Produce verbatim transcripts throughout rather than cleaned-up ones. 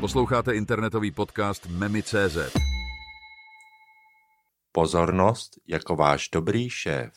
Posloucháte internetový podcast Memy tečka cé zet. Pozornost jako váš dobrý šéf.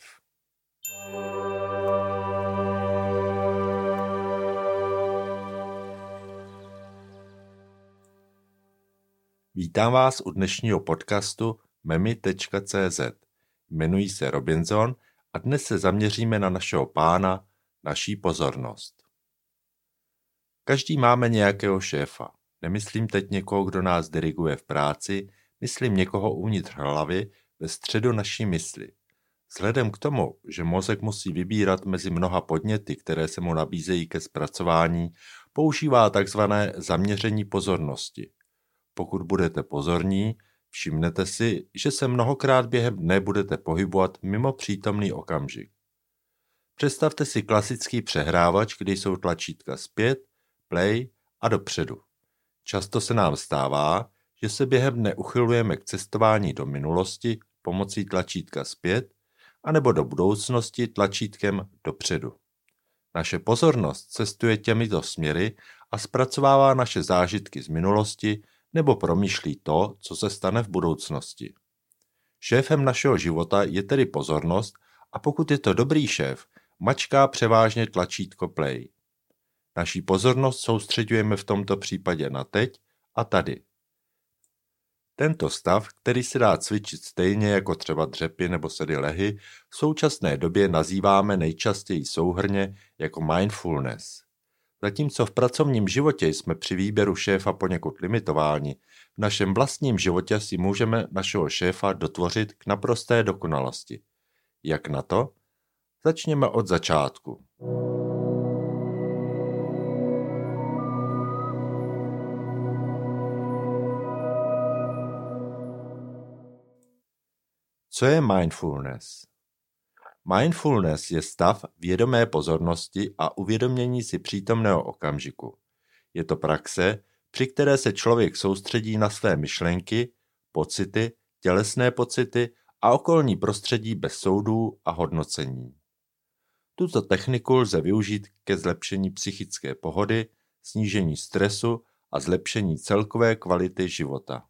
Vítám vás u dnešního podcastu Memy tečka cé zet. Jmenuji se Robinson a dnes se zaměříme na našeho pána, naší pozornost. Každý máme nějakého šéfa. Nemyslím teď někoho, kdo nás diriguje v práci, myslím někoho uvnitř hlavy ve středu naší mysli. Vzhledem k tomu, že mozek musí vybírat mezi mnoha podněty, které se mu nabízejí ke zpracování, používá takzvané zaměření pozornosti. Pokud budete pozorní, všimnete si, že se mnohokrát během dne budete pohybovat mimo přítomný okamžik. Představte si klasický přehrávač, kde jsou tlačítka zpět, play a dopředu. Často se nám stává, že se během dne uchylujeme k cestování do minulosti pomocí tlačítka zpět anebo do budoucnosti tlačítkem dopředu. Naše pozornost cestuje těmito směry a zpracovává naše zážitky z minulosti nebo promýšlí to, co se stane v budoucnosti. Šéfem našeho života je tedy pozornost a pokud je to dobrý šéf, mačká převážně tlačítko play. Naší pozornost soustředujeme v tomto případě na teď a tady. Tento stav, který se dá cvičit stejně jako třeba dřepy nebo sedy lehy, v současné době nazýváme nejčastěji souhrnně jako mindfulness. Zatímco v pracovním životě jsme při výběru šéfa poněkud limitováni, v našem vlastním životě si můžeme našeho šéfa dotvořit k naprosté dokonalosti. Jak na to? Začněme od začátku. Co je mindfulness? Mindfulness je stav vědomé pozornosti a uvědomění si přítomného okamžiku. Je to praxe, při které se člověk soustředí na své myšlenky, pocity, tělesné pocity a okolní prostředí bez soudů a hodnocení. Tuto techniku lze využít ke zlepšení psychické pohody, snížení stresu a zlepšení celkové kvality života.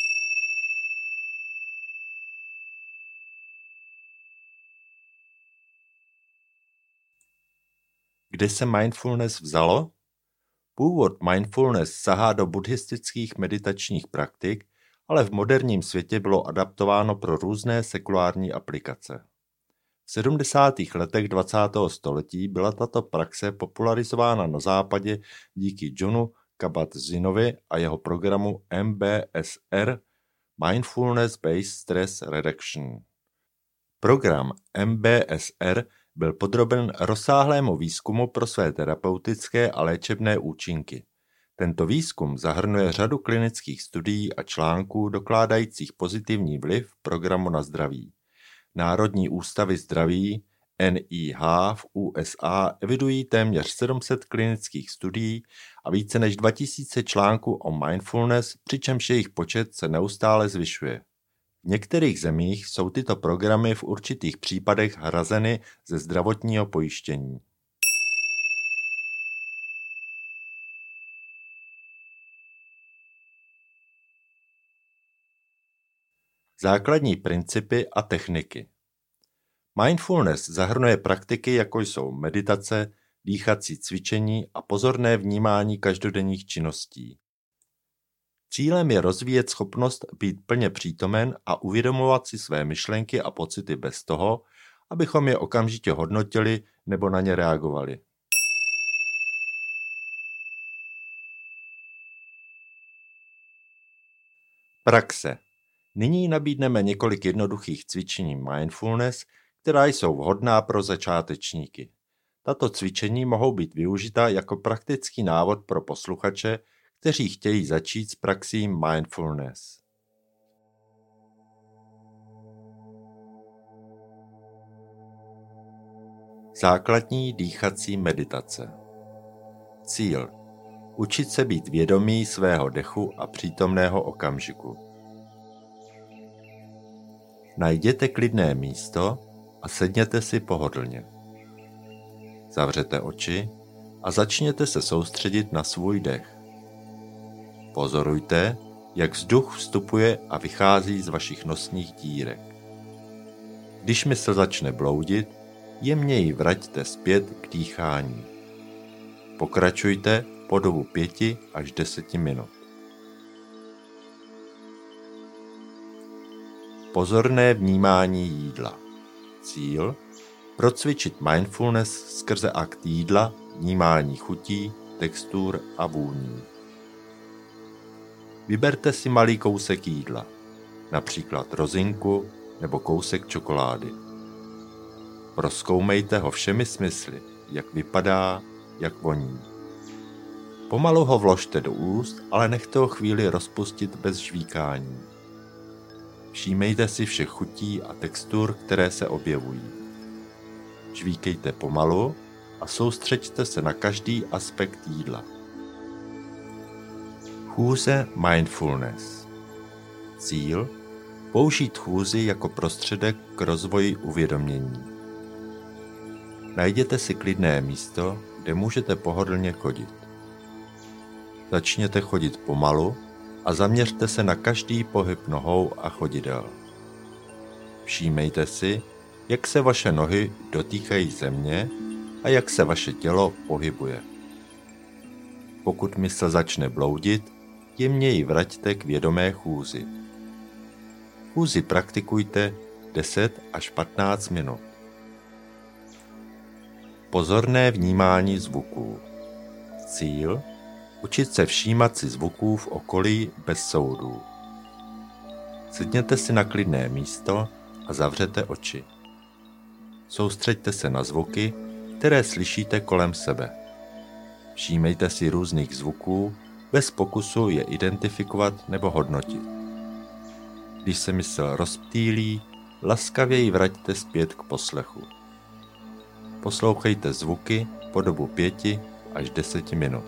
Kde se mindfulness vzalo? Původ mindfulness sahá do buddhistických meditačních praktik, ale v moderním světě bylo adaptováno pro různé sekulární aplikace. V sedmdesátých letech dvacátého století byla tato praxe popularizována na západě díky Johnu Kabat-Zinnovi a jeho programu M B S R Mindfulness Based Stress Reduction. Program M B S R byl podroben rozsáhlému výzkumu pro své terapeutické a léčebné účinky. Tento výzkum zahrnuje řadu klinických studií a článků dokládajících pozitivní vliv programu na zdraví. Národní ústavy zdraví N I H v U S A evidují téměř sedm set klinických studií a více než dva tisíce článků o mindfulness, přičemž jejich počet se neustále zvyšuje. V některých zemích jsou tyto programy v určitých případech hrazeny ze zdravotního pojištění. Základní principy a techniky. Mindfulness zahrnuje praktiky, jako jsou meditace, dýchací cvičení a pozorné vnímání každodenních činností. Cílem je rozvíjet schopnost být plně přítomen a uvědomovat si své myšlenky a pocity bez toho, abychom je okamžitě hodnotili nebo na ně reagovali. Praxe. Nyní nabídneme několik jednoduchých cvičení mindfulness, která jsou vhodná pro začátečníky. Tato cvičení mohou být využita jako praktický návod pro posluchače, kteří chtějí začít s praxí mindfulness. Základní dýchací meditace. Cíl. Učit se být vědomý svého dechu a přítomného okamžiku. Najděte klidné místo a sedněte si pohodlně. Zavřete oči a začněte se soustředit na svůj dech. Pozorujte, jak vzduch vstupuje a vychází z vašich nosních dírek. Když mysl začne bloudit, jemně ji vraťte zpět k dýchání. Pokračujte po dobu pěti až deseti minut. Pozorné vnímání jídla. Cíl: procvičit mindfulness skrze akt jídla, vnímání chutí, textur a vůní. Vyberte si malý kousek jídla, například rozinku nebo kousek čokolády. Prozkoumejte ho všemi smysly, jak vypadá, jak voní. Pomalu ho vložte do úst, ale nechte ho chvíli rozpustit bez žvíkání. Všímejte si všech chutí a textur, které se objevují. Žvíkejte pomalu a soustřeďte se na každý aspekt jídla. Chůze mindfulness. Cíl: použít chůzi jako prostředek k rozvoji uvědomění. Najděte si klidné místo, kde můžete pohodlně chodit. Začněte chodit pomalu a zaměřte se na každý pohyb nohou a chodidel. Všímejte si, jak se vaše nohy dotýkají země a jak se vaše tělo pohybuje. Pokud mysl začne bloudit, jemně ji vraťte k vědomé chůzi. Chůzi praktikujte deset až patnáct minut. Pozorné vnímání zvuků. Cíl: učit se všímat si zvuků v okolí bez soudů. Sedněte si na klidné místo a zavřete oči. Soustřeďte se na zvuky, které slyšíte kolem sebe. Všímejte si různých zvuků bez pokusu je identifikovat nebo hodnotit. Když se mysl rozptýlí, laskavě ji vraťte zpět k poslechu. Poslouchejte zvuky po dobu pěti až deseti minut.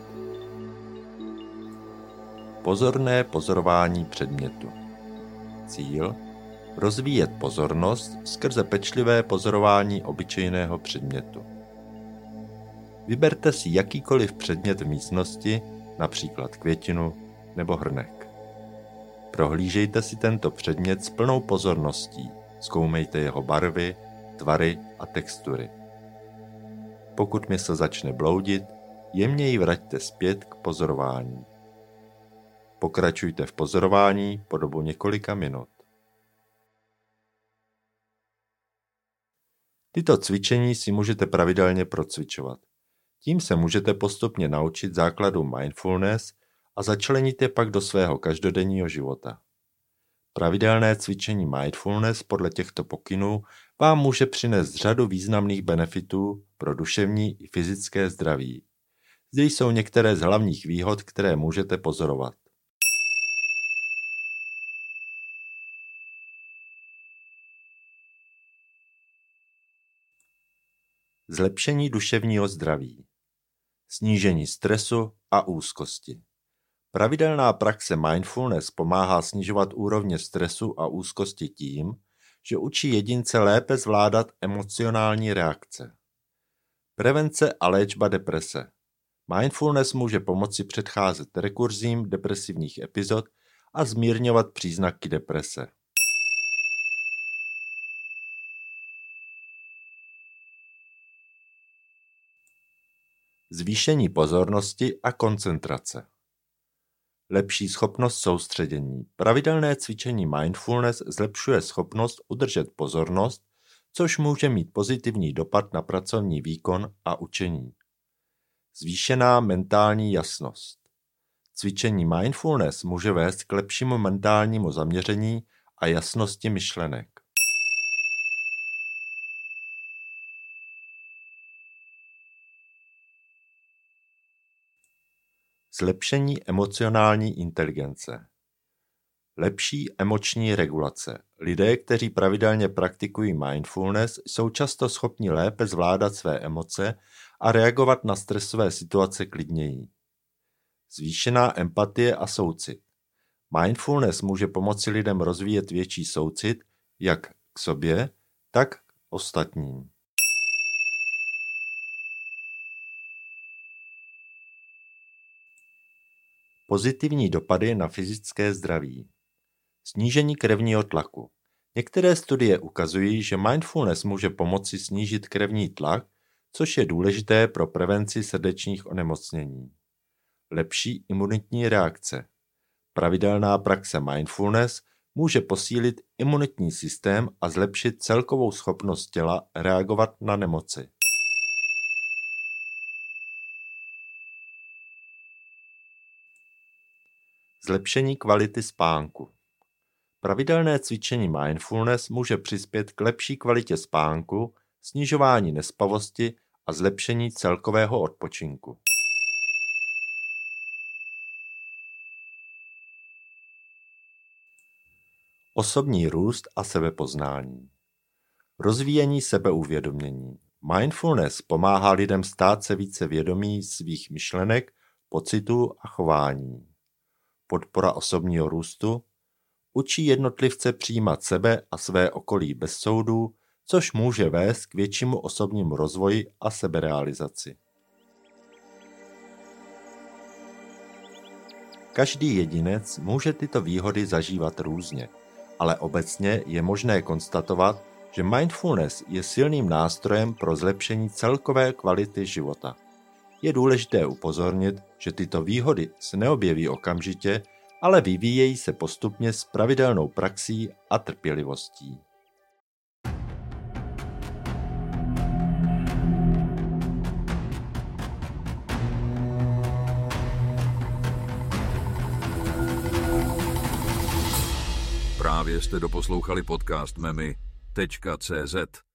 Pozorné pozorování předmětu. Cíl: rozvíjet pozornost skrze pečlivé pozorování obyčejného předmětu. Vyberte si jakýkoliv předmět v místnosti, například květinu nebo hrnek. Prohlížejte si tento předmět s plnou pozorností, zkoumejte jeho barvy, tvary a textury. Pokud mysl začne bloudit, jemně ji vraťte zpět k pozorování. Pokračujte v pozorování po dobu několika minut. Tyto cvičení si můžete pravidelně procvičovat. Tím se můžete postupně naučit základům mindfulness a začlenit je pak do svého každodenního života. Pravidelné cvičení mindfulness podle těchto pokynů vám může přinést řadu významných benefitů pro duševní i fyzické zdraví. Zde jsou některé z hlavních výhod, které můžete pozorovat. Zlepšení duševního zdraví. Snížení stresu a úzkosti. Pravidelná praxe mindfulness pomáhá snižovat úrovně stresu a úzkosti tím, že učí jedince lépe zvládat emocionální reakce. Prevence a léčba deprese. Mindfulness může pomoci předcházet rekurzím depresivních epizod a zmírňovat příznaky deprese. Zvýšení pozornosti a koncentrace. Lepší schopnost soustředění. Pravidelné cvičení mindfulness zlepšuje schopnost udržet pozornost, což může mít pozitivní dopad na pracovní výkon a učení. Zvýšená mentální jasnost. Cvičení mindfulness může vést k lepšímu mentálnímu zaměření a jasnosti myšlenek. Zlepšení emocionální inteligence. Lepší emoční regulace. Lidé, kteří pravidelně praktikují mindfulness, jsou často schopni lépe zvládat své emoce a reagovat na stresové situace klidněji. Zvýšená empatie a soucit. Mindfulness může pomoci lidem rozvíjet větší soucit jak k sobě, tak k ostatním. Pozitivní dopady na fyzické zdraví. Snížení krevního tlaku. Některé studie ukazují, že mindfulness může pomoci snížit krevní tlak, což je důležité pro prevenci srdečních onemocnění. Lepší imunitní reakce. Pravidelná praxe mindfulness může posílit imunitní systém a zlepšit celkovou schopnost těla reagovat na nemoci. Zlepšení kvality spánku. Pravidelné cvičení mindfulness může přispět k lepší kvalitě spánku, snižování nespavosti a zlepšení celkového odpočinku. Osobní růst a sebepoznání. Rozvíjení sebeuvědomění. Mindfulness pomáhá lidem stát se více vědomí svých myšlenek, pocitů a chování. Podpora osobního růstu. Učí jednotlivce přijímat sebe a své okolí bez soudů, což může vést k většímu osobnímu rozvoji a seberealizaci. Každý jedinec může tyto výhody zažívat různě, ale obecně je možné konstatovat, že mindfulness je silným nástrojem pro zlepšení celkové kvality života. Je důležité upozornit, že tyto výhody se neobjeví okamžitě, ale vyvíjejí se postupně s pravidelnou praxí a trpělivostí. Právě jste doposlouchali podcast memi tečka cé zet.